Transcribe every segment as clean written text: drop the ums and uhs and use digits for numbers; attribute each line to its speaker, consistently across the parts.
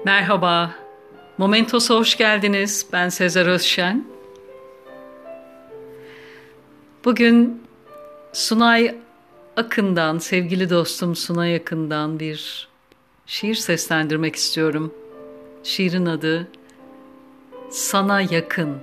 Speaker 1: Merhaba, Momentos'a hoş geldiniz. Ben Sezer Özşen. Bugün Sunay Akın'dan, sevgili dostum Sunay Akın'dan bir şiir seslendirmek istiyorum. Şiirin adı Sana Yakın.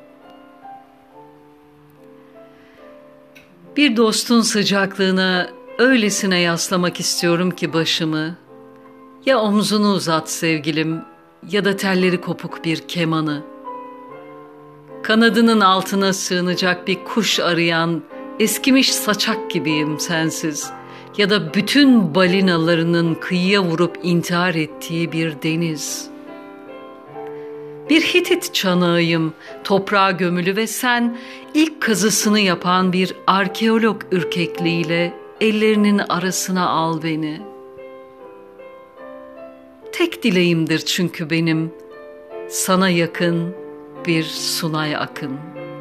Speaker 1: Bir dostun sıcaklığına öylesine yaslamak istiyorum ki başımı, ya omzunu uzat sevgilim ya da telleri kopuk bir kemanı. Kanadının altına sığınacak bir kuş arayan eskimiş saçak gibiyim sensiz. Ya da bütün balinalarının kıyıya vurup intihar ettiği bir deniz. Bir Hitit çanağıyım, toprağa gömülü ve sen ilk kazısını yapan bir arkeolog ürkekliğiyle ellerinin arasına al beni. Tek dileğimdir çünkü benim, sana yakın bir Sunay Akın.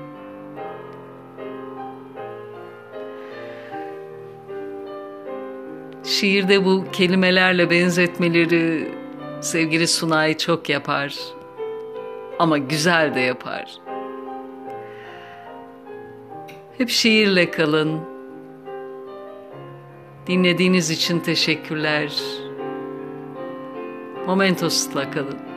Speaker 1: Şiirde bu kelimelerle benzetmeleri sevgili Sunay çok yapar. Ama güzel de yapar. Hep şiirle kalın. Dinlediğiniz için teşekkürler. Momentos'la kalın.